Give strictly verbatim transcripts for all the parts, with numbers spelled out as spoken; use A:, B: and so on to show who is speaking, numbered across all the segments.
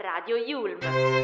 A: Radio Yulm.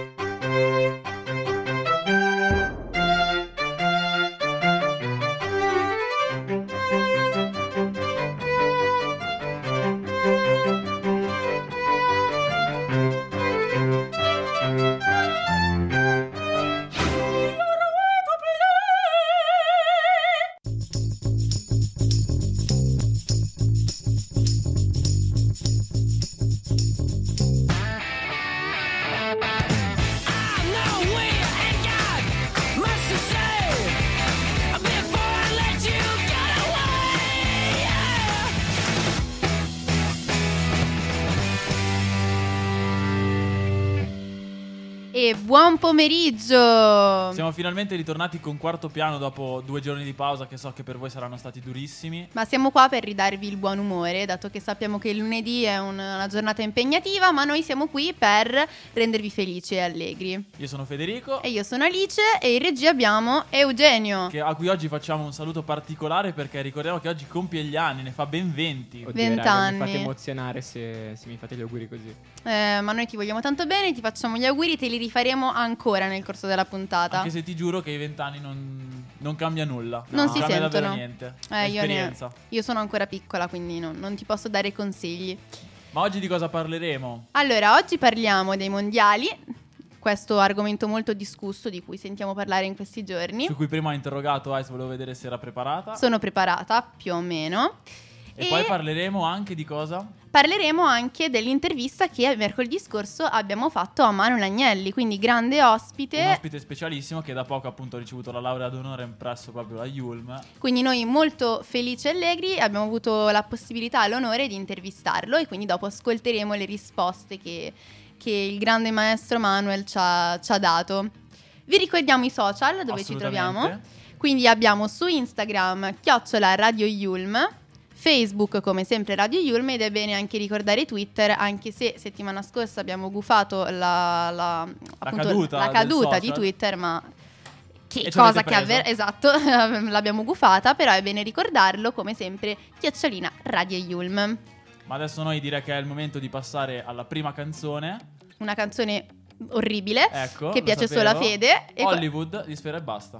B: E buon pomeriggio!
C: Siamo finalmente ritornati con Quarto Piano dopo due giorni di pausa che so che per voi saranno stati durissimi.
B: Ma siamo qua per ridarvi il buon umore, dato che sappiamo che il lunedì è una, una giornata impegnativa, ma noi siamo qui per rendervi felici e allegri.
C: Io sono Federico.
B: E io sono Alice e in regia abbiamo Eugenio,
C: che, a cui oggi facciamo un saluto particolare perché ricordiamo che oggi compie gli anni, ne fa ben venti.
D: Oddio,
B: venti
D: raga,
B: anni.
D: Mi fate emozionare se, se mi fate gli auguri così.
B: Eh, ma noi ti vogliamo tanto bene, ti facciamo gli auguri, te li rifaremo ancora nel corso della puntata.
C: Anche se ti giuro che i vent'anni non, non cambia nulla.
B: Non
C: no,
B: si
C: cambia
B: sentono.
C: davvero niente.
B: Eh, io, ne,
C: Esperienza.
B: io sono ancora piccola, quindi non, non ti posso dare consigli.
C: Ma oggi di cosa parleremo?
B: Allora, oggi parliamo dei mondiali, questo argomento molto discusso di cui sentiamo parlare in questi giorni.
C: Su cui prima ho interrogato Ice, volevo vedere se era preparata.
B: Sono preparata, più o meno.
C: E,
B: e
C: poi parleremo anche di cosa?
B: Parleremo anche dell'intervista che mercoledì scorso abbiamo fatto a Manuel Agnelli, quindi grande ospite.
C: Un ospite specialissimo che da poco appunto ha ricevuto la laurea d'onore presso proprio la Yulm.
B: Quindi noi molto felici e allegri abbiamo avuto la possibilità e l'onore di intervistarlo e quindi dopo ascolteremo le risposte che, che il grande maestro Manuel ci ha, ci ha dato. Vi ricordiamo i social dove ci troviamo. Quindi abbiamo su Instagram chiocciola Radio Yulm, Facebook come sempre Radio Yulm ed è bene anche ricordare Twitter, anche se settimana scorsa abbiamo gufato la, la, appunto,
C: caduta,
B: la caduta di
C: social.
B: Twitter, ma che
C: E ci
B: cosa
C: avete
B: che avver- esatto, l'abbiamo gufata, però è bene ricordarlo come sempre chiocciolina Radio Yulm.
C: Ma adesso noi direi che è il momento di passare alla prima canzone.
B: Una canzone orribile,
C: Ecco,
B: che
C: lo
B: piace
C: sapevo.
B: solo a Fede. E
C: Hollywood di Sfera e Basta.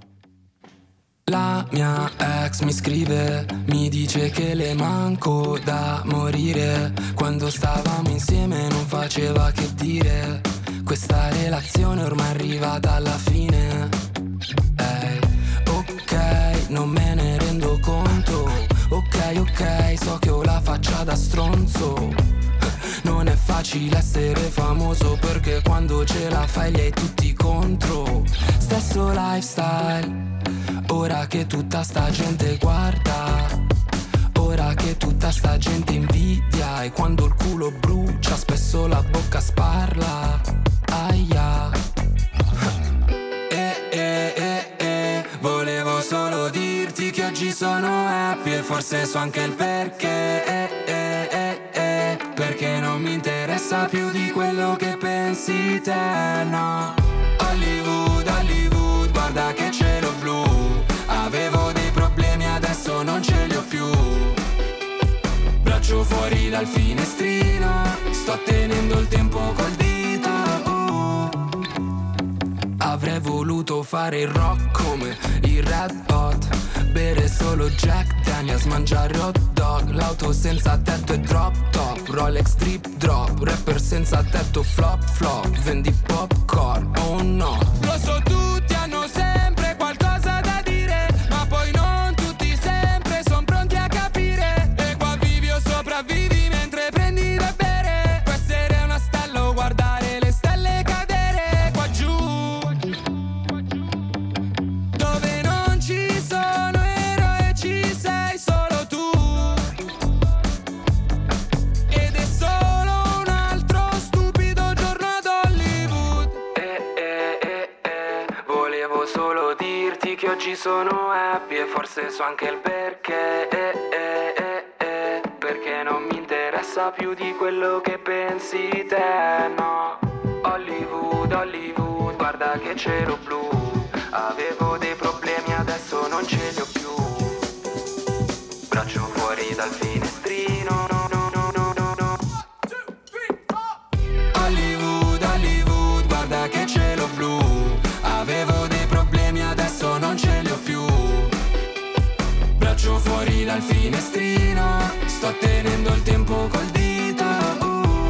E: La mia ex mi scrive, mi dice che le manco da morire. Quando stavamo insieme non faceva che dire, questa relazione ormai è arrivata alla fine. Ehi, ok, non me ne rendo conto. Ok, ok, so che ho la faccia da stronzo. Non è facile essere famoso perché quando ce la fai li hai tutti contro. Stesso lifestyle, ora che tutta sta gente guarda, ora che tutta sta gente invidia, e quando il culo brucia spesso la bocca sparla. Aia. Eh, eh, eh, eh. Volevo solo dirti che oggi sono happy e forse so anche il perché. Eh, eh, eh, eh. Perché non mi interessa più di quello che pensi te, no. Hollywood, Hollywood, guarda che cielo blu. Avevo dei problemi, adesso non ce li ho più. Braccio fuori dal finestrino, sto tenendo il tempo col dito. uh. Avrei voluto fare il rock come i Red Hot, bere solo Jack Daniels, mangiare hot dog, l'auto senza tetto e drop top, Rolex drip drop, rapper senza tetto flop flop, vendi popcorn, oh no. Lo so, tutti hanno sempre qualcosa da dire, ma poi non tutti sempre son pronti a capire. E qua vivi o sopravvivi mentre prendi da bere, può essere una stella o guardare le stelle cadere qua giù, dove non ci sono eroi, ci sei solo tu. Ed è solo un altro stupido giorno ad Hollywood. Eh, eh, eh, eh. Volevo solo dirti che oggi sono happy e forse so anche il perché. Eh, eh, eh, eh. Perché non mi interessa più di quello che pensi te, no. Hollywood, Hollywood, guarda che cielo blu. Avevo dei problemi, adesso non ce li ho più. Braccio fuori dal finestrino, no, no, no, no, no, no. Hollywood, Hollywood. faccio fuori dal finestrino, sto tenendo il tempo col dito. uh.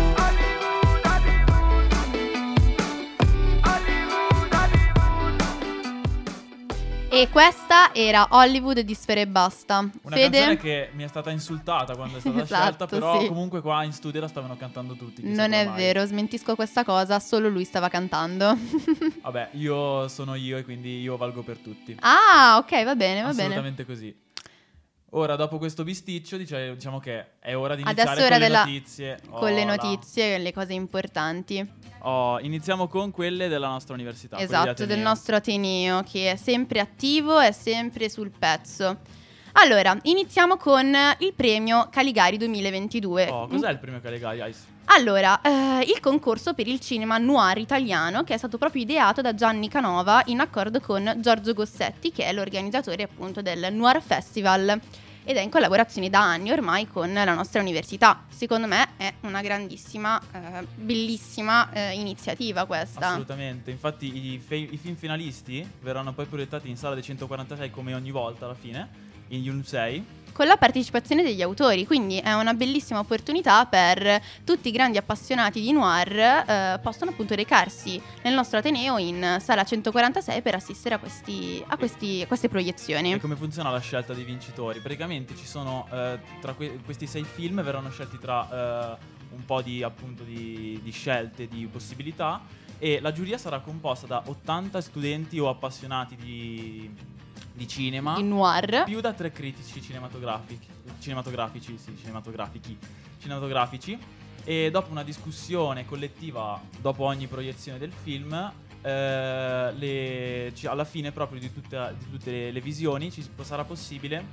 B: E questa era Hollywood di Sfera Ebbasta.
C: Una
B: Fede?
C: canzone che mi è stata insultata quando è stata
B: Esatto,
C: scelta, però
B: sì.
C: comunque qua in studio la stavano cantando tutti. chissà
B: Non
C: come
B: è
C: mai.
B: vero, smentisco questa cosa, solo lui stava cantando.
C: Vabbè, io sono io e quindi io valgo per tutti.
B: Ah, ok, va bene, va bene.
C: Assolutamente così. Ora, dopo questo bisticcio, dice- diciamo che è ora di iniziare
B: Adesso è
C: con
B: ora
C: le
B: della-
C: notizie.
B: Con le
C: Oh, là.
B: notizie, le cose importanti.
C: Oh, iniziamo con quelle della nostra università. quelle di
B: Esatto, del
C: Ateneo.
B: nostro Ateneo, che è sempre attivo, è sempre sul pezzo. Allora, iniziamo con il premio Caligari duemilaventidue.
C: Oh, cos'è il premio Caligari Ice?
B: Allora, eh, il concorso per il cinema noir italiano, che è stato proprio ideato da Gianni Canova in accordo con Giorgio Gossetti, che è l'organizzatore appunto del Noir Festival, ed è in collaborazione da anni ormai con la nostra università. Secondo me è una grandissima, eh, bellissima eh, iniziativa questa.
C: Assolutamente, infatti i, fe- i film finalisti verranno poi proiettati in sala dei centoquarantasei come ogni volta alla fine, in Yulm sei.
B: Con la partecipazione degli autori, quindi è una bellissima opportunità per tutti i grandi appassionati di noir, eh, possono appunto recarsi nel nostro Ateneo in sala centoquarantasei per assistere a, questi, a, questi, a queste proiezioni.
C: E come funziona la scelta dei vincitori? Praticamente ci sono eh, tra que- questi sei film verranno scelti tra eh, un po' di appunto di, di scelte, di possibilità, e la giuria sarà composta da ottanta studenti o appassionati di, di cinema,
B: Di noir.
C: più da tre critici cinematografici, cinematografici, sì, cinematografici, cinematografici, e dopo una discussione collettiva dopo ogni proiezione del film, eh, le- ci- alla fine proprio di, tutta- di tutte le, le visioni ci sarà possibile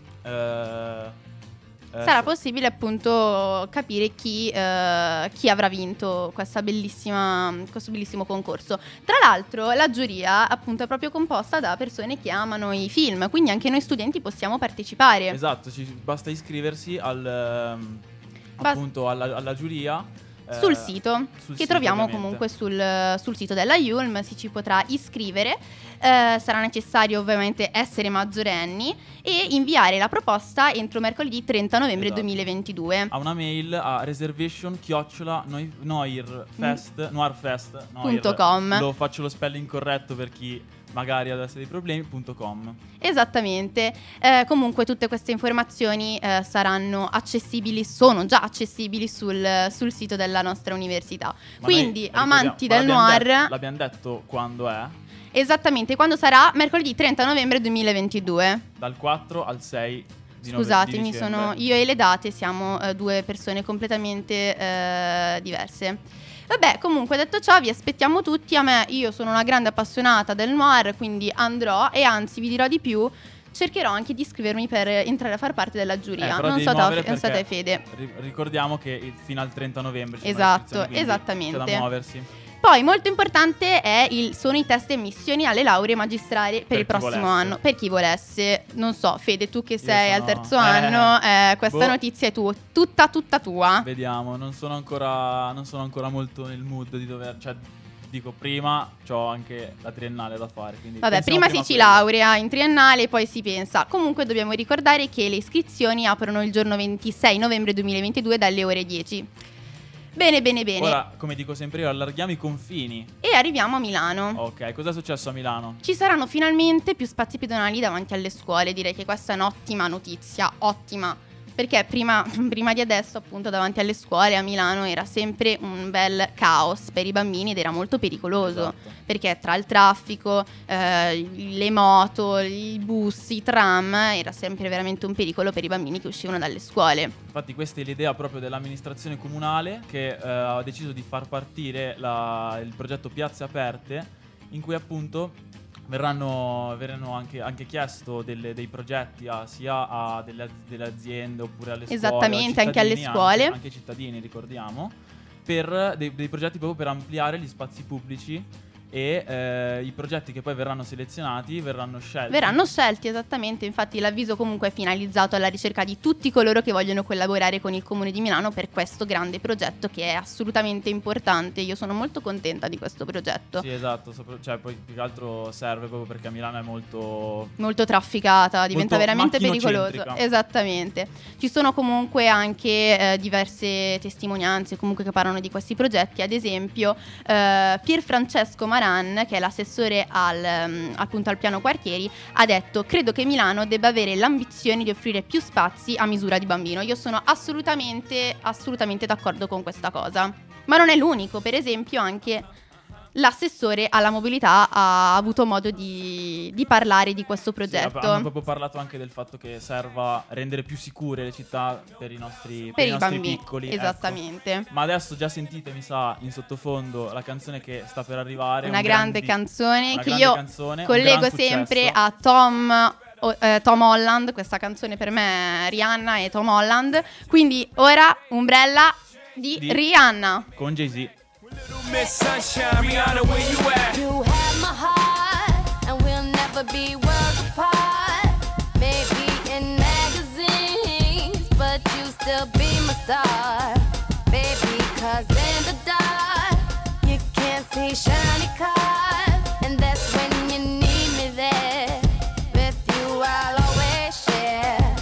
C: eh, eh,
B: Sarà
C: so-
B: possibile appunto capire chi, eh, chi avrà vinto questa bellissima, questo bellissimo concorso. Tra l'altro la giuria appunto è proprio composta da persone che amano i film, quindi anche noi studenti possiamo partecipare.
C: Esatto, ci basta iscriversi al, ehm,
B: Bas-
C: appunto alla, alla giuria eh,
B: Sul sito,
C: sul
B: che
C: sito,
B: troviamo
C: ovviamente.
B: comunque sul, sul sito della Yulm, si ci potrà iscrivere, eh, sarà necessario ovviamente essere maggiorenni e inviare la proposta entro mercoledì trenta novembre
C: Esatto.
B: duemilaventidue.
C: a una mail a reservation chiocciola noi- noirfest noirfest noir-
B: Punto com.
C: Lo faccio lo spelling corretto per chi magari avesse dei problemi. punto com.
B: Esattamente. Eh, comunque tutte queste informazioni eh, saranno accessibili, sono già accessibili sul, sul sito della nostra università.
C: Ma
B: Quindi,
C: noi
B: amanti
C: ricordiamo-
B: del
C: ma l'abbiamo
B: noir,
C: detto- l'abbiamo detto quando è,
B: esattamente quando sarà mercoledì trenta novembre duemilaventidue.
C: dal quattro al sei di nove-
B: Scusatemi,
C: di dicembre.
B: sono io e le date siamo eh, due persone completamente eh, diverse. Vabbè, comunque detto ciò, vi aspettiamo tutti. A me, io sono una grande appassionata del noir, quindi andrò e anzi vi dirò di più. Cercherò anche di iscrivermi per entrare a far parte della
C: Eh,
B: giuria.
C: però
B: non
C: devi
B: so,
C: muovere
B: te, non so
C: perché
B: te, Fede.
C: ri- ricordiamo che il- fino al trenta novembre ci sono le
B: Esatto,
C: iscrizioni, quindi
B: esattamente.
C: c'è da muoversi.
B: Poi molto importante è il, sono i test e ammissioni alle lauree magistrali per,
C: Per
B: il
C: chi
B: prossimo
C: volesse.
B: anno. Per chi volesse, non so, Fede, tu che sei al
C: sono-
B: terzo
C: eh,
B: anno, eh, questa
C: boh.
B: notizia è tu, tutta tutta tua.
C: Vediamo, non sono ancora non sono ancora molto nel mood di dover, cioè dico prima c'ho anche la triennale da fare, quindi
B: Vabbè,
C: pensiamo
B: prima si
C: a
B: ci
C: quello.
B: laurea in triennale, poi si pensa. Comunque dobbiamo ricordare che le iscrizioni aprono il giorno ventisei novembre duemilaventidue dalle ore dieci. Bene, bene, bene.
C: Ora, come dico sempre io, allarghiamo i confini.
B: E arriviamo a Milano.
C: Ok, cosa è successo a Milano?
B: Ci saranno finalmente più spazi pedonali davanti alle scuole. Direi che questa è un'ottima notizia, ottima. Perché prima, prima di adesso, appunto, davanti alle scuole a Milano era sempre un bel caos per i bambini ed era molto pericoloso.
C: Esatto.
B: Perché tra il traffico, eh, le moto, i bus, i tram, era sempre veramente un pericolo per i bambini che uscivano dalle scuole.
C: Infatti questa è l'idea proprio dell'amministrazione comunale che eh, ha deciso di far partire la- il progetto Piazze Aperte, in cui appunto verranno, verranno anche, anche chiesto delle- dei progetti a, sia a delle, az- delle aziende oppure alle scuole.
B: Esattamente,
C: ai
B: anche alle
C: cittadini,
B: scuole.
C: Anche, anche ai cittadini, ricordiamo, per dei, dei progetti proprio per ampliare gli spazi pubblici e eh, i progetti che poi verranno selezionati verranno scelti.
B: Verranno scelti, esattamente, infatti l'avviso comunque è finalizzato alla ricerca di tutti coloro che vogliono collaborare con il Comune di Milano per questo grande progetto che è assolutamente importante. Io sono molto contenta di questo progetto.
C: Sì, esatto, sopra- cioè poi più che altro serve proprio perché a Milano è molto...
B: molto trafficata, diventa
C: molto
B: veramente pericoloso.
C: macchinocentrica.
B: Esattamente. Ci sono comunque anche eh, diverse testimonianze comunque che parlano di questi progetti, ad esempio eh, Pierfrancesco Maran, che è l'assessore al, um, appunto al piano quartieri, ha detto: credo che Milano debba avere l'ambizione di offrire più spazi a misura di bambino. Io sono assolutamente assolutamente d'accordo con questa cosa, ma non è l'unico. Per esempio anche l'assessore alla mobilità ha avuto modo di, di parlare di questo progetto.
C: Sì, hanno proprio parlato anche del fatto che serva rendere più sicure le città per i nostri, per
B: per
C: i
B: i
C: nostri
B: bambini,
C: piccoli. ecco.
B: esattamente.
C: Ma adesso già sentite, mi sa, in sottofondo la canzone che sta per arrivare.
B: Una
C: un
B: grande
C: grandi-
B: canzone
C: una
B: che
C: grande
B: io
C: canzone, un
B: collego
C: gran
B: sempre
C: successo.
B: a Tom, o- eh, Tom Holland. Questa canzone per me è Rihanna e Tom Holland. Quindi ora Umbrella di,
C: Di-
B: Rihanna.
C: Con Jay-Z.
A: Miss Sunshine, Rihanna, where you at?
F: You have my heart, and we'll never be worlds apart. Maybe in magazines, but you still be my star. Baby, 'cause in the dark, you can't see shiny cars. And that's when you need me there. With you I'll always share.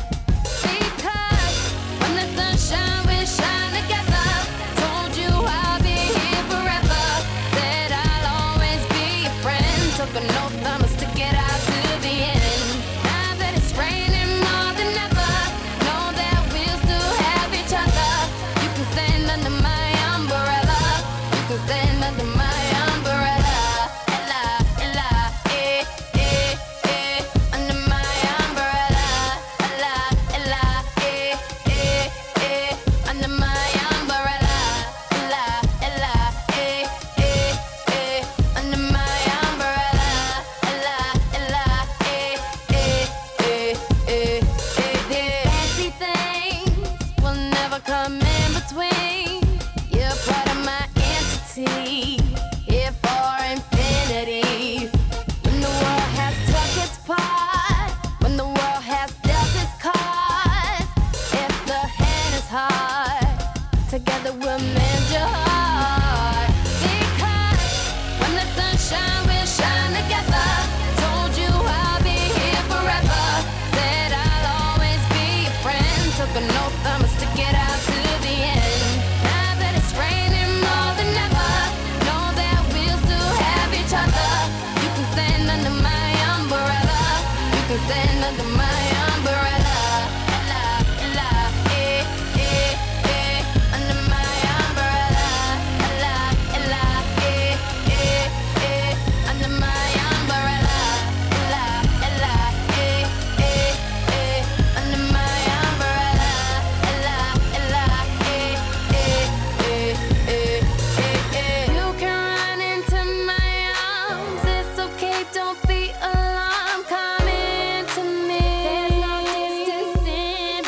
F: Because when the sunshine will shine together, told you I'll be here forever. Said I'll always be your friend. Took an oath I'ma stick it out to the end. Now that it's raining more than ever, know that we'll still have each other. You can stand under my umbrella. You can stand under my umbrella. Ella, ella, eh, eh, eh, under my umbrella. Ella, ella, eh, eh, eh, under my umbrella. Ella, ella, eh, eh, eh, under my umbrella. Ella, ella, eh, eh, eh, eh, eh, eh. Fancy things will never come in between. You're part of my entity, here for infinity. When the world has took its part, when the world has dealt its cards, if the hand is hard, together we'll mend your heart. Because when the sunshine will shine together, told you I'll be here forever. Said I'll always be your friend. Took an oath I'ma stick it out to the end. Now that it's raining more than ever, know that we'll still have each other. You can stand under my umbrella. You can stand under my umbrella. Ella, ella, eh, eh, eh, under my umbrella. Ella, ella, eh, eh, eh, under my umbrella. Ella, ella, eh, eh, eh, under my umbrella. Ella, ella, eh, eh, eh, eh, eh, eh. You can run into my arms. It's okay, don't be alarmed. Come into me. There's no distance in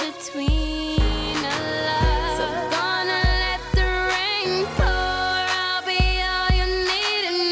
F: between us. So gonna let the rain pour. I'll be all you need and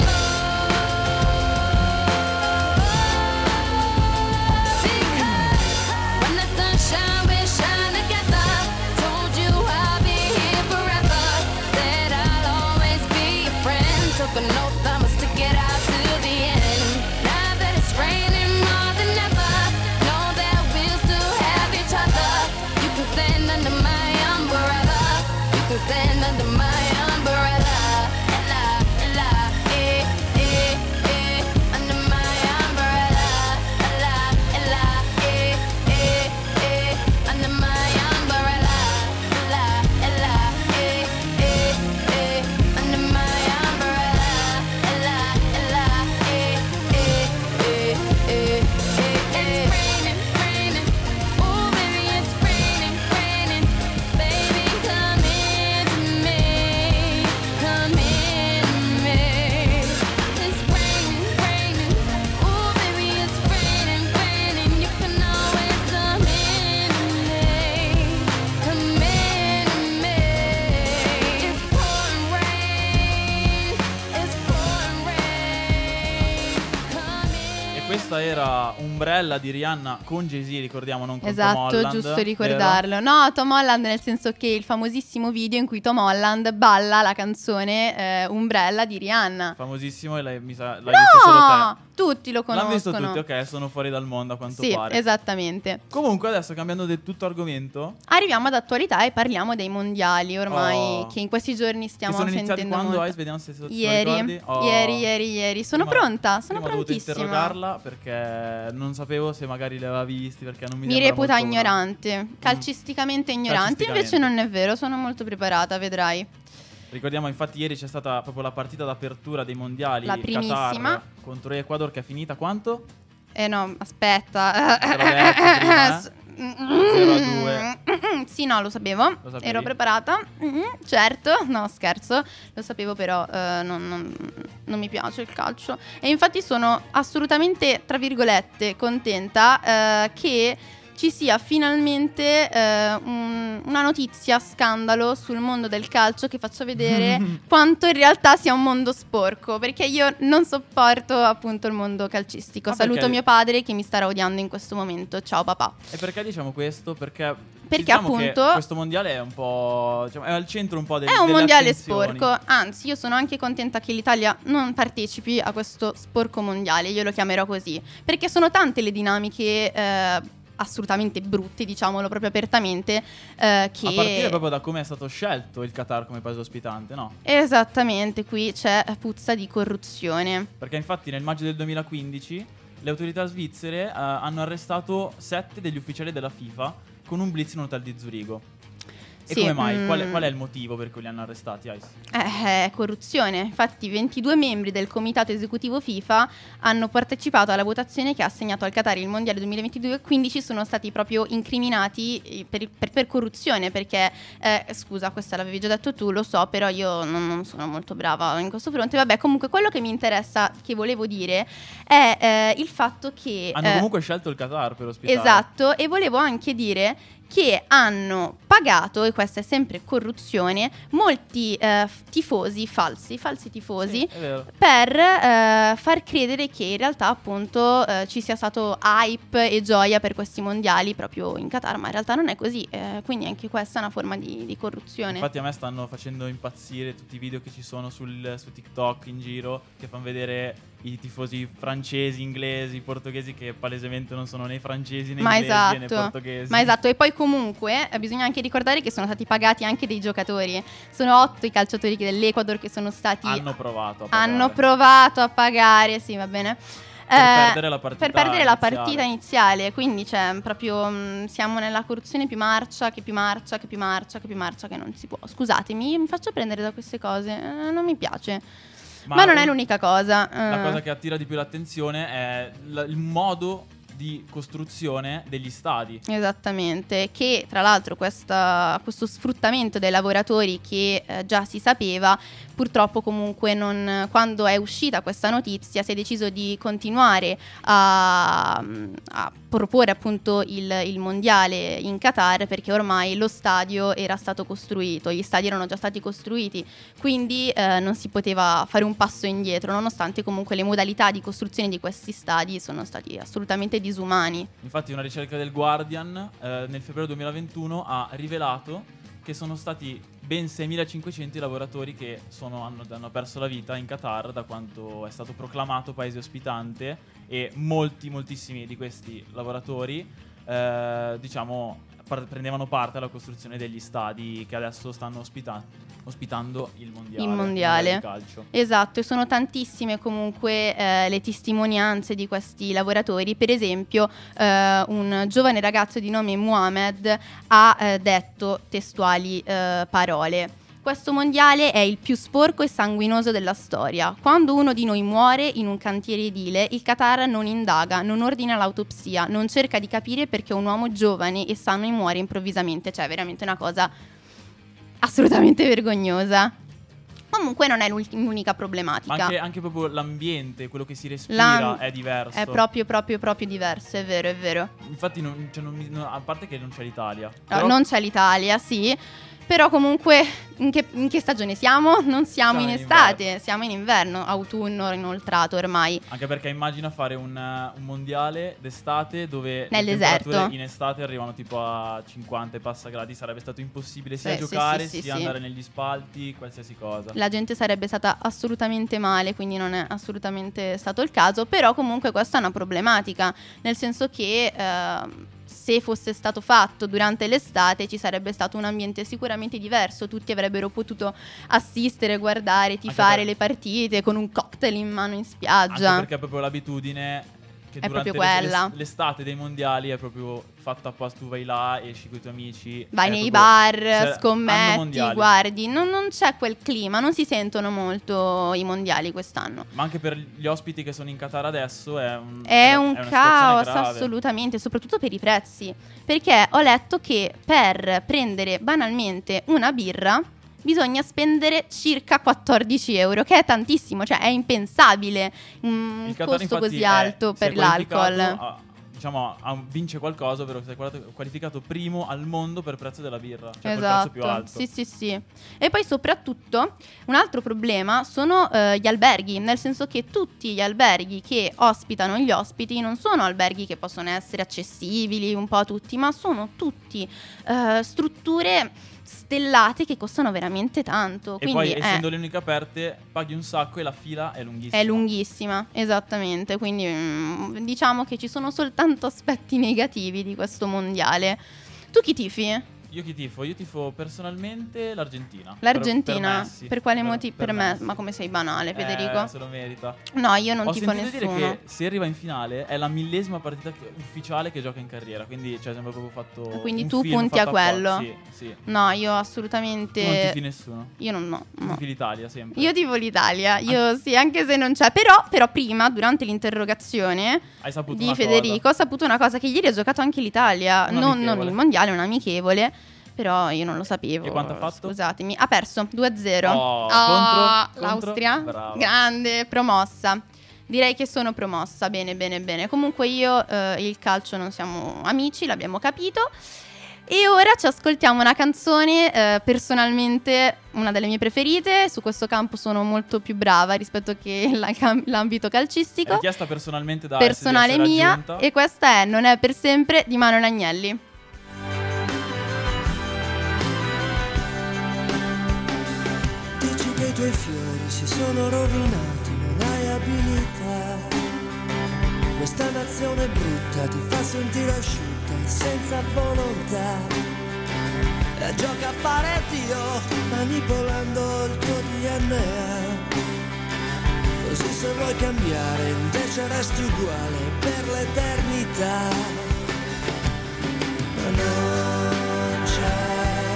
F: more. Because when the sunshine will shine together, told you I'll be here forever. Said I'll always be your friend. Took an oath I'ma stick it out to the end. Now that it's raining more than ever, know that we'll still have each other. You can stand under my umbrella. You can stand under my umbrella. Ella, ella, eh, eh, eh, under my umbrella. Ella, ella, eh, eh, eh, under my umbrella. Ella, ella, eh, eh, eh, under my umbrella. Ella, ella, eh, eh, eh, eh, eh, eh. It's raining, raining. Oh, baby, it's raining, raining. Baby, come into
C: questa era Umbrella di Rihanna con Jay-Z, ricordiamo, non con
B: Esatto,
C: Tom Holland,
B: giusto
C: vero?
B: ricordarlo. No, Tom Holland nel senso che il famosissimo video in cui Tom Holland balla la canzone eh, Umbrella di Rihanna.
C: Famosissimo, e l'hai, mi sa, l'hai visto solo
B: No,
C: te.
B: tutti lo conoscono.
C: L'hanno visto tutti, ok, sono fuori dal mondo a quanto
B: Sì,
C: pare.
B: esattamente.
C: Comunque adesso, cambiando del tutto argomento,
B: Arriviamo ad attualità e parliamo dei mondiali ormai
C: Oh.
B: che in questi giorni
C: che
B: stiamo
C: sono iniziati
B: sentendo
C: quando,
B: molto.
C: Ice? Vediamo se se lo
B: Ieri,
C: ricordi. Oh.
B: ieri, ieri, ieri. Sono
C: Prima-
B: pronta, sono
C: prima ho dovuto
B: prontissima.
C: interrogarla perché non sapevo se magari li aveva visti, perché non mi
B: Mi
C: sembra
B: reputa
C: molto una-
B: ignorante, calcisticamente ignorante, invece non è vero, sono molto preparata, vedrai.
C: Ricordiamo, infatti, ieri c'è stata proprio la partita d'apertura dei mondiali,
B: La primissima.
C: Qatar contro Ecuador, che è finita quanto?
B: Eh no, aspetta.
C: Te l'ho detto prima, eh? zero a due.
B: Sì, no, lo sapevo.
C: Lo sapevi?
B: Ero preparata. Mm, certo, no, scherzo. Lo sapevo, però eh, non, non- non mi piace il calcio. E infatti sono assolutamente, tra virgolette, contenta eh, che ci sia finalmente eh, un- una notizia scandalo sul mondo del calcio che faccia vedere quanto in realtà sia un mondo sporco, perché io non sopporto appunto il mondo calcistico.
C: Ma
B: Saluto
C: perché-
B: mio padre che mi starà odiando in questo momento. Ciao papà.
C: E perché diciamo questo? Perché,
B: Perché
C: diciamo che
B: appunto-
C: questo mondiale è un po', diciamo, è al centro un po' del,
B: È un
C: delle
B: mondiale
C: attenzioni.
B: sporco, anzi io sono anche contenta che l'Italia non partecipi a questo sporco mondiale, io lo chiamerò così, perché sono tante le dinamiche eh, assolutamente brutte, diciamolo proprio apertamente, eh, che...
C: A partire proprio da come è stato scelto il Qatar come paese ospitante, no?
B: Esattamente, qui c'è puzza di corruzione.
C: Perché infatti nel maggio del duemilaquindici le autorità svizzere eh, hanno arrestato sette degli ufficiali della FIFA con un blitz in un hotel di Zurigo. E
B: Sì,
C: come mai? Qual è,
B: mm.
C: qual è il motivo per cui li hanno arrestati, Ice?
B: Eh, eh, corruzione. Infatti ventidue membri del comitato esecutivo FIFA hanno partecipato alla votazione che ha assegnato al Qatar il mondiale duemilaventidue e quindici sono stati proprio incriminati eh, per, per- per corruzione perché, eh, scusa, questa l'avevi già detto tu, lo so, però io non, non sono molto brava in questo fronte. Vabbè, comunque quello che mi interessa, che volevo dire, è eh, il fatto che...
C: Hanno
B: eh,
C: comunque scelto il Qatar per ospitare.
B: Esatto, e volevo anche dire che hanno pagato, e questa è sempre corruzione, molti eh, f- tifosi falsi, falsi tifosi,
C: Sì, è vero.
B: per eh, far credere che in realtà appunto eh, ci sia stato hype e gioia per questi mondiali proprio in Qatar, ma in realtà non è così, eh, quindi anche questa è una forma di, di corruzione.
C: Infatti a me stanno facendo impazzire tutti i video che ci sono sul, su TikTok in giro, che fanno vedere i tifosi francesi, inglesi, portoghesi, che palesemente non sono né francesi né
B: Ma
C: inglesi né
B: esatto,
C: portoghesi.
B: ma esatto, e poi comunque eh, bisogna anche ricordare che sono stati pagati anche dei giocatori. Sono otto i calciatori che dell'Ecuador che sono stati
C: Hanno provato a pagare.
B: hanno provato a pagare, sì, va bene.
C: Per
B: Eh,
C: perdere la partita
B: per perdere la
C: iniziale.
B: partita iniziale, quindi c'è proprio mh, siamo nella corruzione più marcia, che più marcia, che più marcia, che più marcia, che non si può. Scusatemi, mi faccio prendere da queste cose, eh, non mi piace. Ma, non è
C: un-
B: l'unica cosa.
C: La
B: eh.
C: cosa che attira di più l'attenzione è l- il modo di costruzione degli stadi.
B: Esattamente, che tra l'altro questa- questo sfruttamento dei lavoratori che eh, già si sapeva, purtroppo comunque non, quando è uscita questa notizia si è deciso di continuare a, a proporre appunto il, il mondiale in Qatar perché ormai lo stadio era stato costruito, gli stadi erano già stati costruiti, quindi eh, non si poteva fare un passo indietro, nonostante comunque le modalità di costruzione di questi stadi sono stati assolutamente disumani.
C: Infatti una ricerca del Guardian eh, nel febbraio duemilaventuno ha rivelato che sono stati ben seimilacinquecento i lavoratori che sono, hanno, hanno perso la vita in Qatar da quanto è stato proclamato paese ospitante, e molti, moltissimi di questi lavoratori eh, diciamo par- prendevano parte alla costruzione degli stadi che adesso stanno ospita- ospitando il mondiale,
B: Il mondiale.
C: di calcio.
B: Esatto, e sono tantissime comunque eh, le testimonianze di questi lavoratori. Per esempio, eh, un giovane ragazzo di nome Mohamed ha eh, detto testuali eh, parole: questo mondiale è il più sporco e sanguinoso della storia. Quando uno di noi muore in un cantiere edile, il Qatar non indaga, non ordina l'autopsia, non cerca di capire perché un uomo giovane e sano muore improvvisamente. Cioè, è veramente una cosa assolutamente vergognosa. Comunque non è l'ul- l'unica problematica.
C: Ma anche, anche proprio l'ambiente, quello che si respira
B: L'am-
C: è diverso.
B: È proprio, proprio, proprio diverso, è vero, è vero.
C: Infatti, non- cioè, non mi- no, a parte che non c'è l'Italia.
B: Ah,
C: però-
B: non c'è l'Italia, sì, Però comunque in che, in che stagione siamo? Non siamo
C: Siamo
B: in
C: in
B: estate,
C: inverno.
B: siamo in inverno, autunno inoltrato ormai.
C: Anche perché immagina fare un, un mondiale d'estate dove
B: Nel
C: le temperature
B: deserto.
C: in estate arrivano tipo a cinquanta e passa gradi. Sarebbe stato impossibile sia
B: Sì, sì,
C: giocare
B: sì, sì,
C: sia
B: sì.
C: andare negli spalti, qualsiasi cosa.
B: La gente sarebbe stata assolutamente male, quindi non è assolutamente stato il caso. Però comunque questa è una problematica, nel senso che ehm, se fosse stato fatto durante l'estate ci sarebbe stato un ambiente sicuramente diverso, tutti avrebbero potuto assistere, guardare, tifare
C: per-
B: le partite con un cocktail in mano in
C: Anche
B: spiaggia.
C: perché è proprio l'abitudine che
B: È
C: durante
B: proprio
C: l'es-
B: quella.
C: l'es- l'estate dei mondiali è proprio fatta apposta. Tu vai là, esci con i tuoi amici,
B: Vai
C: è
B: nei
C: proprio-
B: bar,
C: cioè, anno
B: scommetti,
C: mondiali.
B: guardi, non, non c'è quel clima, non si sentono molto i mondiali quest'anno.
C: Ma anche per gli ospiti che sono in Qatar adesso è un,
B: È
C: una-
B: un
C: una
B: caos,
C: situazione grave.
B: assolutamente, soprattutto per i prezzi. Perché ho letto che per prendere banalmente una birra bisogna spendere circa quattordici euro, che è tantissimo, cioè è impensabile un
C: Il Qatar,
B: costo
C: infatti,
B: così
C: è-
B: alto
C: si è
B: per l'alcol.
C: qualificato a- diciamo, a un- vince qualcosa, ovvero si è qualificato- qualificato primo al mondo per prezzo della birra, cioè per prezzo più
B: Esatto,
C: alto.
B: sì sì sì. E poi soprattutto un altro problema sono eh, gli alberghi, nel senso che tutti gli alberghi che ospitano gli ospiti non sono alberghi che possono essere accessibili un po' a tutti, ma sono tutti eh, strutture stellate che costano veramente tanto.
C: E
B: Quindi
C: poi,
B: è-
C: essendo le uniche aperte, paghi un sacco e la fila è lunghissima.
B: È lunghissima, esattamente, quindi mm, diciamo che ci sono soltanto aspetti negativi di questo mondiale. Tu chi tifi?
C: Io chi tifo? Io tifo personalmente l'Argentina.
B: L'Argentina?
C: Per,
B: Per,
C: Messi.
B: quale
C: Per-
B: motivo? Per,
C: per
B: me?
C: Messi.
B: Ma come sei banale,
C: Eh,
B: Federico?
C: se lo merita.
B: No, io non
C: Ho
B: tifo
C: sentito
B: nessuno.
C: dire che se arriva in finale è la millesima partita che- ufficiale che gioca in carriera. Quindi cioè, sembra proprio fatto.
B: Quindi
C: un
B: tu
C: film
B: punti a
C: fatto apposta.
B: quello?
C: Sì, sì.
B: No, io
C: Tu
B: assolutamente.
C: non tifi nessuno.
B: Io non no, no.
C: Tifi l'Italia sempre.
B: Io tifo l'Italia, io sì, anche se non c'è. Però, però prima, durante l'interrogazione
C: Hai saputo
B: di
C: una
B: Federico, ho saputo una cosa, che ieri ha giocato anche l'Italia.
C: Un
B: Non,
C: amichevole.
B: non il mondiale, un amichevole. Però io non lo sapevo.
C: E quanto ha fatto?
B: Scusatemi. Ha perso due a zero.
C: Oh,
B: Oh,
C: contro?
B: l'Austria.
C: Contro? Brava.
B: Grande, promossa. Direi che sono promossa. Bene, bene, bene. Comunque io e eh, il calcio non siamo amici, l'abbiamo capito. E ora ci ascoltiamo una canzone, eh, personalmente una delle mie preferite. Su questo campo sono molto più brava rispetto che la cam- l'ambito
C: È
B: calcistico.
C: richiesta personalmente da
B: Personale
C: S D S
B: mia.
C: raggiunta.
B: E questa è Non è per sempre di Manuel Agnelli.
G: Dici che i tuoi fiori si sono rovinati, non hai abilità. Questa nazione brutta ti fa sentire asciutta, senza volontà. E gioca a fare Dio, manipolando il tuo D N A. Così se vuoi cambiare, invece resti uguale per l'eternità. Ma non c'è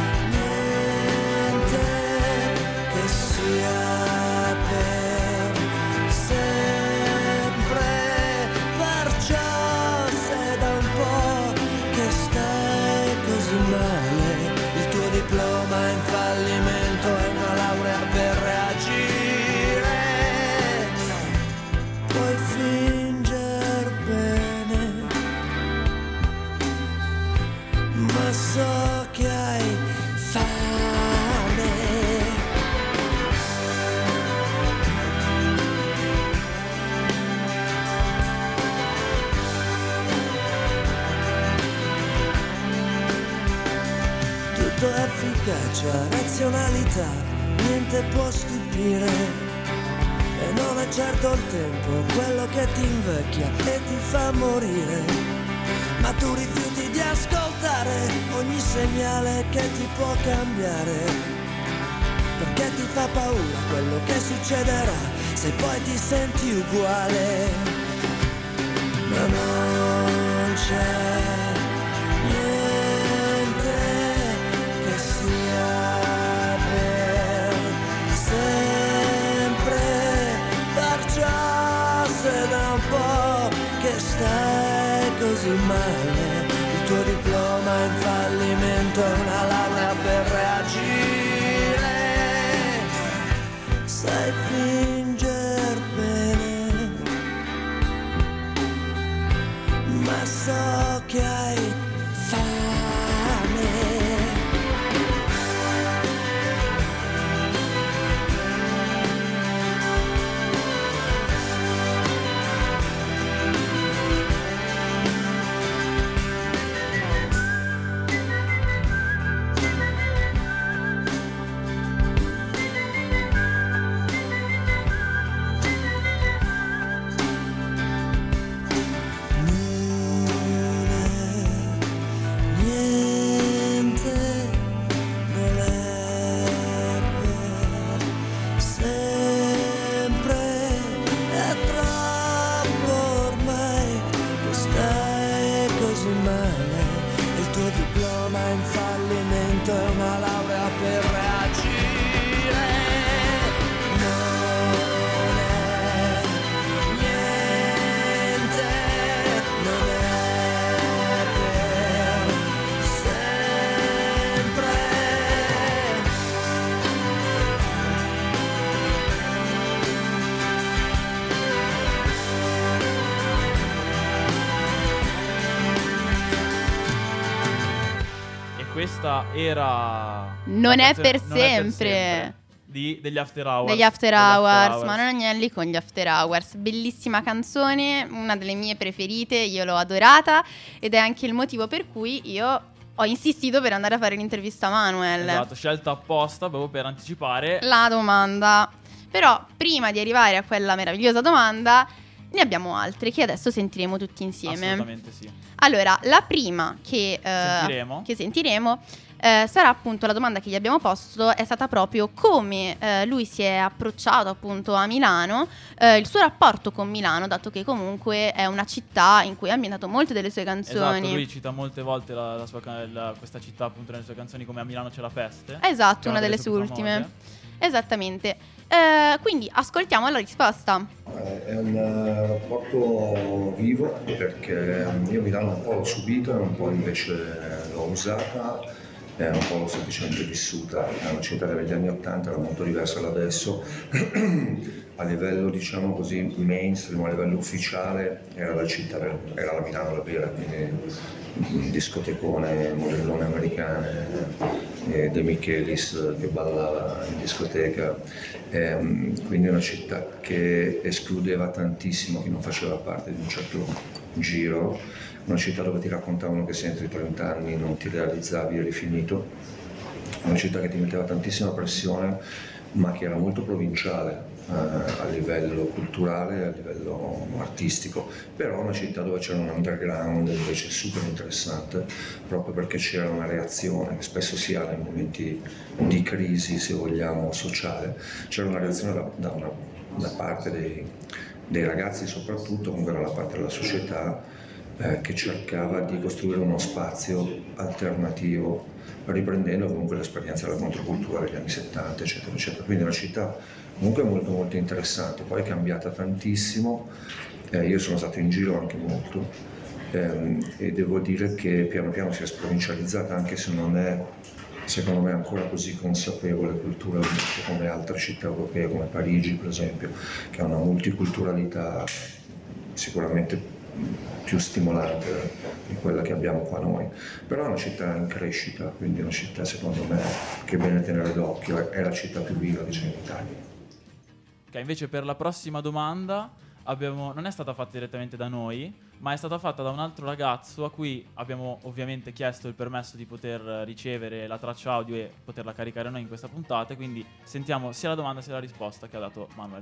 G: niente che sia per sempre, perciò se da un po' che stai così male, il tuo diploma è in fallimento e una laurea per reagire, puoi finger bene, ma so che hai fame. Tutto è efficacia, razionalità, niente può stupire. E non è certo il tempo quello che ti invecchia e ti fa morire. Ma tu rifiuti di ascoltare ogni segnale che ti può cambiare, perché ti fa paura quello che succederà se poi ti senti uguale. Ma non c'è niente che sia per sempre, perciò se da un po' che stai così male, il tuo diploma è in fallimento e una laurea per reagire, sai finger bene, ma so che hai fame. tutto è una laurea per reagire. Non è niente, non è per sempre.
C: Questa era
B: Non
C: la
B: è
C: canzone
B: per
C: Non è per
B: sempre.
C: di, degli After Hours.
B: Degli After
C: Degli After
B: Hours,
C: Hours.
B: Manuel Agnelli con gli After Hours. Bellissima canzone, una delle mie preferite, io l'ho adorata ed è anche il motivo per cui io ho insistito per andare a fare l'intervista a Manuel.
C: Esatto, scelta apposta proprio per anticipare.
B: La domanda. Però prima di arrivare a quella meravigliosa domanda ne abbiamo altre che adesso sentiremo tutti insieme.
C: Assolutamente sì.
B: Allora, la prima che eh,
C: Sentiremo.
B: che sentiremo eh, sarà appunto la domanda che gli abbiamo posto, è stata proprio come eh, lui si è approcciato appunto a Milano, eh, il suo rapporto con Milano, dato che comunque è una città in cui ha ambientato molte delle sue canzoni.
C: Esatto, lui cita molte volte la, la sua, ca- la- questa città appunto nelle sue canzoni, come A Milano c'è la peste.
B: Esatto,
C: che è
B: una delle sue
C: più
B: ultime.
C: famose.
B: Esattamente. Eh, quindi ascoltiamo la risposta.
H: Eh, È un eh, rapporto vivo perché io Milano un po' l'ho subita e un po' invece l'ho usata e un po' l'ho semplicemente vissuta. È una città degli anni Ottanta, era molto diversa da adesso. A livello diciamo così mainstream, a livello ufficiale era la città, del- era la Milano la vera, quindi discotecone, modellone americane, eh, De Michelis che ballava in discoteca, ehm, quindi una città che escludeva tantissimo chi non faceva parte di un certo giro, una città dove ti raccontavano che se entri trenta anni non ti realizzavi eri finito, una città che ti metteva tantissima pressione ma che era molto provinciale eh, a livello culturale e a livello artistico, però una città dove c'era un underground invece super interessante, proprio perché c'era una reazione che spesso si ha nei momenti di crisi, se vogliamo, sociale. C'era una reazione da, da, una, da parte dei, dei ragazzi soprattutto, comunque dalla parte della società eh, che cercava di costruire uno spazio alternativo, riprendendo comunque l'esperienza della controcultura degli anni settanta, eccetera, eccetera. Quindi una città comunque molto molto interessante, poi è cambiata tantissimo, eh, io sono stato in giro anche molto ehm, e devo dire che piano piano si è sprovincializzata, anche se non è secondo me ancora così consapevole culturalmente come altre città europee, come Parigi per esempio, che ha una multiculturalità sicuramente più stimolante di quella che abbiamo qua noi, però è una città in crescita, quindi è una città secondo me che è bene tenere d'occhio, è la città più viva che c'è in Italia.
C: Ok, invece per la prossima domanda abbiamo, non è stata fatta direttamente da noi, ma è stata fatta da un altro ragazzo a cui abbiamo ovviamente chiesto il permesso di poter ricevere la traccia audio e poterla caricare noi in questa puntata, quindi sentiamo sia la domanda sia la risposta che ha dato Manuel.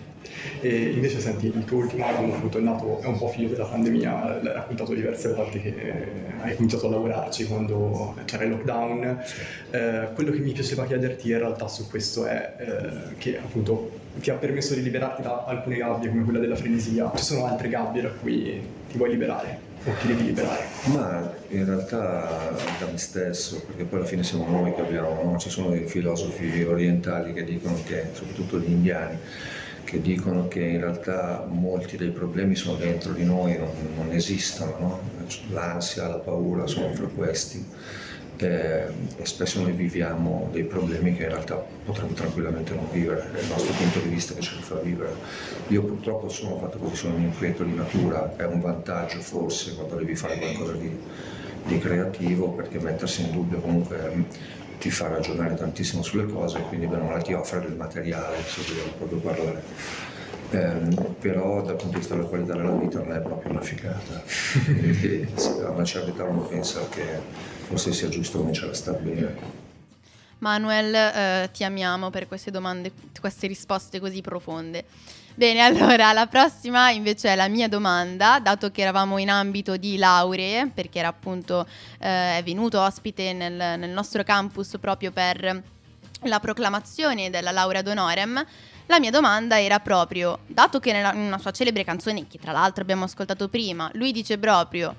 I: E invece senti, il tuo ultimo album appunto è nato, è un po' figlio della pandemia, l'hai raccontato diverse volte che eh, hai cominciato a lavorarci quando c'era il lockdown. Eh, quello che mi piaceva chiederti in realtà su questo è eh, che appunto ti ha permesso di liberarti da alcune gabbie come quella della frenesia. Ci sono altre gabbie da cui ti vuoi liberare o ti devi liberare?
H: Ma in realtà da me stesso, perché poi alla fine siamo noi che abbiamo, no? Ci sono dei filosofi orientali che dicono che, soprattutto gli indiani, che dicono che in realtà molti dei problemi sono dentro di noi, non, non esistono, no? L'ansia, la paura sono fra questi. Eh, e spesso noi viviamo dei problemi che in realtà potremmo tranquillamente non vivere, è il nostro punto di vista che ce li fa vivere. Io purtroppo sono fatto così, sono un inquieto di natura, è un vantaggio forse quando devi fare qualcosa di, di creativo, perché mettersi in dubbio comunque ti fa ragionare tantissimo sulle cose, quindi bene o male ti offre del materiale, se dobbiamo proprio parlare. Eh, però dal punto di vista della qualità della vita non è proprio una figata, quindi a una certa età uno pensa che forse sia giusto cominciare a star bene.
B: Manuel, eh, ti amiamo per queste domande, queste risposte così profonde. Bene, allora la prossima invece è la mia domanda, dato che eravamo in ambito di lauree, perché era appunto eh, è venuto ospite nel, nel nostro campus proprio per la proclamazione della laurea d'honorem. La mia domanda era proprio, dato che nella, in una sua celebre canzone, che tra l'altro abbiamo ascoltato prima, lui dice proprio: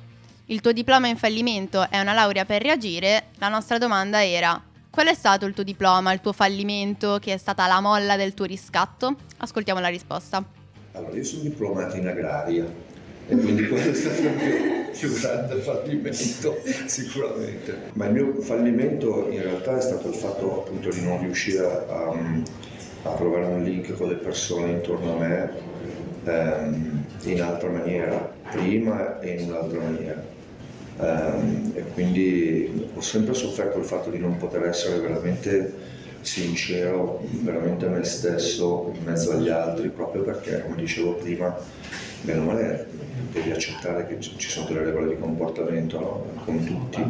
B: il tuo diploma in fallimento è una laurea per reagire, la nostra domanda era: qual è stato il tuo diploma, il tuo fallimento, che è stata la molla del tuo riscatto? Ascoltiamo la risposta.
H: Allora, io sono diplomato in agraria e quindi quello è stato il mio più grande fallimento, sicuramente. Ma il mio fallimento in realtà è stato il fatto appunto di non riuscire a, a trovare un link con le persone intorno a me ehm, in altra maniera, prima e in un'altra maniera. Um, e quindi ho sempre sofferto il fatto di non poter essere veramente sincero, veramente me stesso in mezzo agli altri, proprio perché, come dicevo prima, bene o male devi accettare che ci sono delle regole di comportamento, no? Con tutti.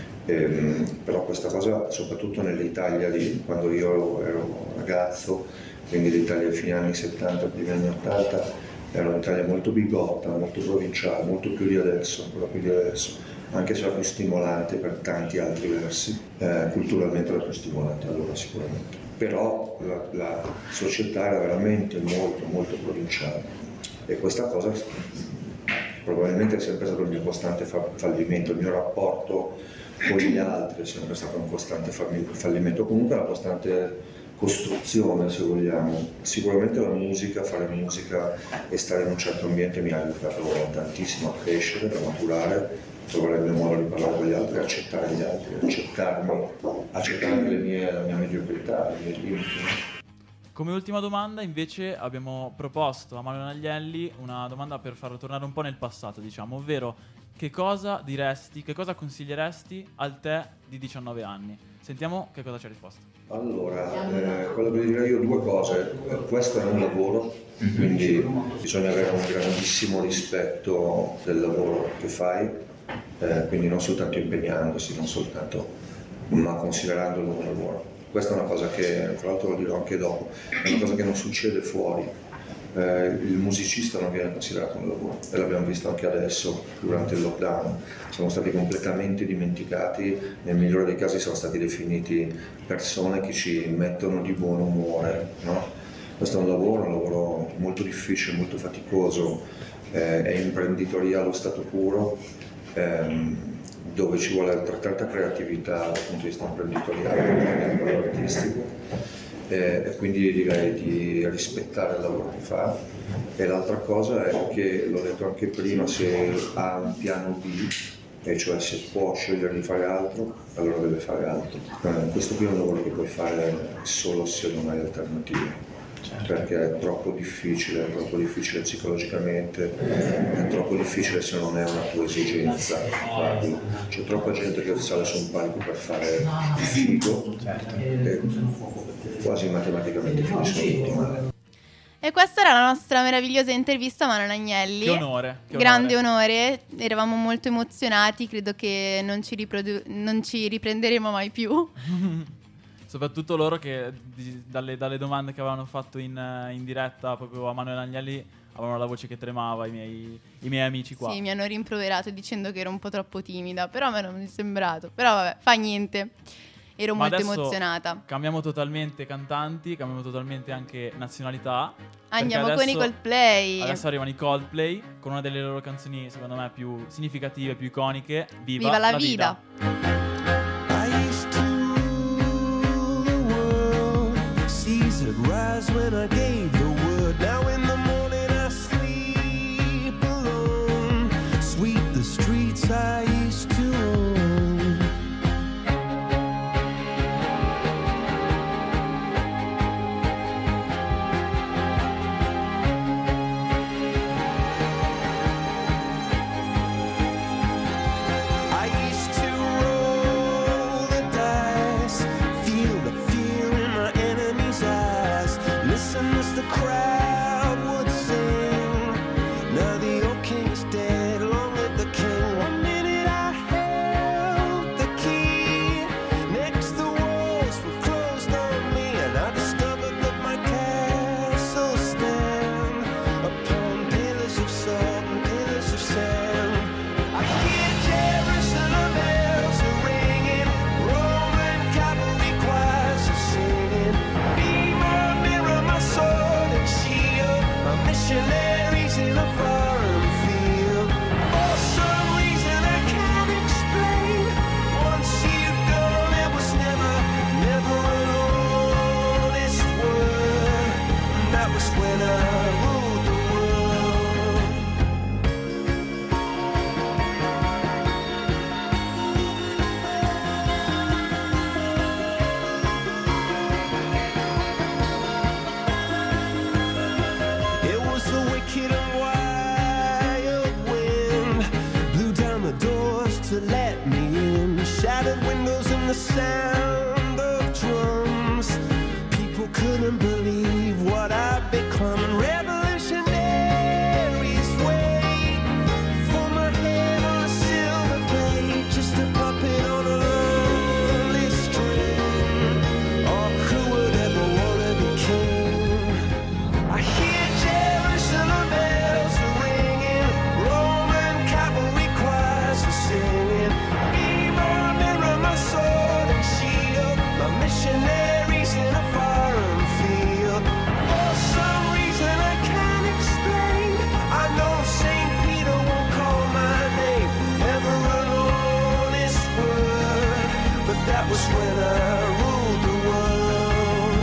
H: E, però questa cosa, soprattutto nell'Italia di quando io ero ragazzo, quindi l'Italia fine anni settanta, primi anni ottanta, era un'Italia molto bigotta, molto provinciale, molto più di adesso, ancora più di adesso, anche se era più stimolante per tanti altri versi, eh, culturalmente era più stimolante allora sicuramente. Però la, la società era veramente molto molto provinciale e questa cosa probabilmente è sempre stato il mio costante fa- fallimento, il mio rapporto con gli altri è sempre stato un costante fallimento, comunque una costante costruzione, se vogliamo. Sicuramente la musica, fare musica e stare in un certo ambiente mi ha aiutato tantissimo a crescere, a maturare, trovare il mio modo di parlare con gli altri, accettare gli altri, accettarmi, accettare anche le mie, la mia mediocrità, i miei limiti.
C: Come ultima domanda invece abbiamo proposto a Manuel Agnelli una domanda per farlo tornare un po' nel passato, diciamo, ovvero che cosa diresti, che cosa consiglieresti al te di diciannove anni? Sentiamo che cosa ci ha risposto.
H: Allora, eh, quello che direi io due cose. Questo è un lavoro, quindi bisogna avere un grandissimo rispetto del lavoro che fai, eh, quindi non soltanto impegnandosi, non soltanto, ma considerandolo un lavoro. Questa è una cosa che, tra l'altro lo dirò anche dopo, è una cosa che non succede fuori. Eh, il musicista non viene considerato un lavoro e l'abbiamo visto anche adesso durante il lockdown, siamo stati completamente dimenticati, nel migliore dei casi siamo stati definiti persone che ci mettono di buon umore, no? Questo è un lavoro, un lavoro molto difficile, molto faticoso, eh, è imprenditoria allo stato puro, ehm, dove ci vuole altrettanta creatività dal punto di vista imprenditoriale e quello artistico. E, e quindi direi di rispettare il lavoro che fa. E l'altra cosa è che, l'ho detto anche prima, se ha un piano B, e cioè se può scegliere di fare altro, allora deve fare altro. Eh, questo qui è un lavoro che puoi fare solo se non hai alternative. Perché è troppo difficile, è troppo difficile psicologicamente, è troppo difficile se non è una tua esigenza farlo. C'è troppa gente che sale su un palco per fare il figo e quasi matematicamente finiscono tutti male.
B: E questa era la nostra meravigliosa intervista a Manuel Agnelli.
C: Che onore, che
B: grande
C: onore.
B: onore, eravamo molto emozionati, credo che non ci, riprodu- non ci riprenderemo mai più.
C: Soprattutto loro che di, dalle, dalle domande che avevano fatto in, in diretta proprio a Manuel Agnelli avevano la voce che tremava, i miei, i miei amici qua.
B: Sì, mi hanno rimproverato dicendo che ero un po' troppo timida, però a me non mi è sembrato. Però vabbè, fa niente, ero
C: Ma
B: molto
C: adesso
B: emozionata.
C: Cambiamo totalmente cantanti, cambiamo totalmente anche nazionalità.
B: Andiamo
C: adesso,
B: con i Coldplay.
C: Adesso arrivano i Coldplay con una delle loro canzoni secondo me più significative, più iconiche, Viva,
B: Viva la,
C: la
B: vida.
C: vida.
G: Rise when I gave the word. Now in the morning I sleep alone. Sweep the streets I used to own. I used to roll sound of drums. People couldn't believe what I'd become. Revolutionaries wait for my head on a silver plate, just a puppet on a lonely string. Oh, who would ever wanna be king? I hear Jerusalem bells ringing, Roman cavalry choirs are singing. Be my mirror, my sword and shield, my missionaries in a foreign field. For some reason I can't explain, I know Saint Peter won't call my name ever an honest word, but that was when I ruled the world.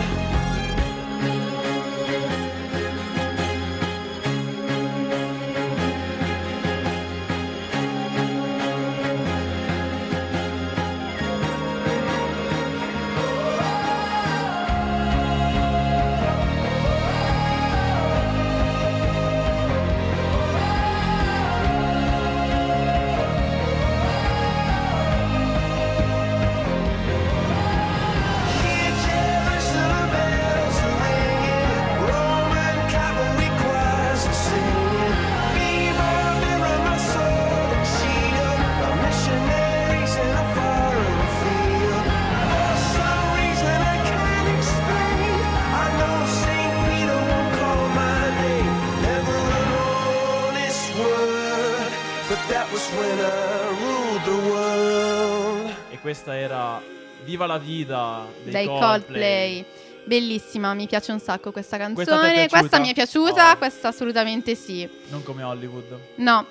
G: Hear Jerusalem bells ringing, Roman cavalry choirs are singing. Be my mirror, my sword and shield, my missionaries in a foreign field. For some reason I can't explain, I know Saint Peter won't call my name ever an honest word, but that was when I ruled the world.
C: E questa era Viva la Vida dei
B: Dai
C: Coldplay.
B: Coldplay. Bellissima, mi piace un sacco questa canzone.
C: Questa ti è piaciuta?
B: Questa mi è piaciuta,
C: Oh.
B: questa assolutamente sì.
C: Non come Hollywood.
B: No,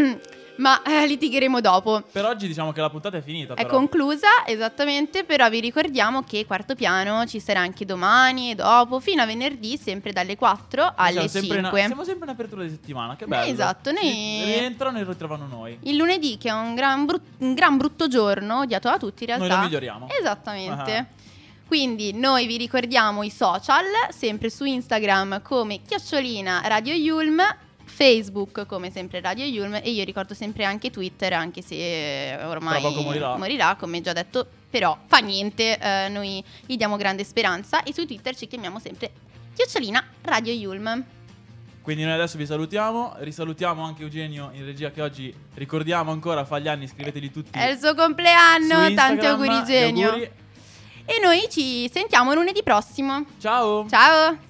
B: ma eh, litigheremo dopo.
C: Per oggi diciamo che la puntata è finita.
B: È
C: però.
B: conclusa, esattamente, però vi ricordiamo che Quarto Piano ci sarà anche domani e dopo, fino a venerdì, sempre dalle quattro alle
C: Siamo sempre, in,
B: cinque.
C: siamo sempre in apertura di settimana, che bello.
B: Esatto, noi-
C: Si rientrano e ritrovano noi.
B: Il lunedì, che è un gran, brut- un gran brutto giorno, odiato da tutti in realtà.
C: Noi lo miglioriamo.
B: Esattamente.
C: Ah.
B: Quindi noi vi ricordiamo i social, sempre su Instagram come chiocciolina Radio Yulm, Facebook come sempre Radio Yulm, e io ricordo sempre anche Twitter, anche se ormai
C: Tra poco morirà.
B: come già detto, però fa niente, eh, noi gli diamo grande speranza e su Twitter ci chiamiamo sempre chiocciolina Radio Yulm.
C: Quindi noi adesso vi salutiamo, risalutiamo anche Eugenio in regia che oggi ricordiamo ancora, fa gli anni, scriveteli tutti.
B: È il suo compleanno,
C: su
B: tanti
C: Instagram,
B: auguri
C: gli
B: Eugenio.
C: auguri.
B: E noi ci sentiamo lunedì prossimo.
C: Ciao.
B: Ciao.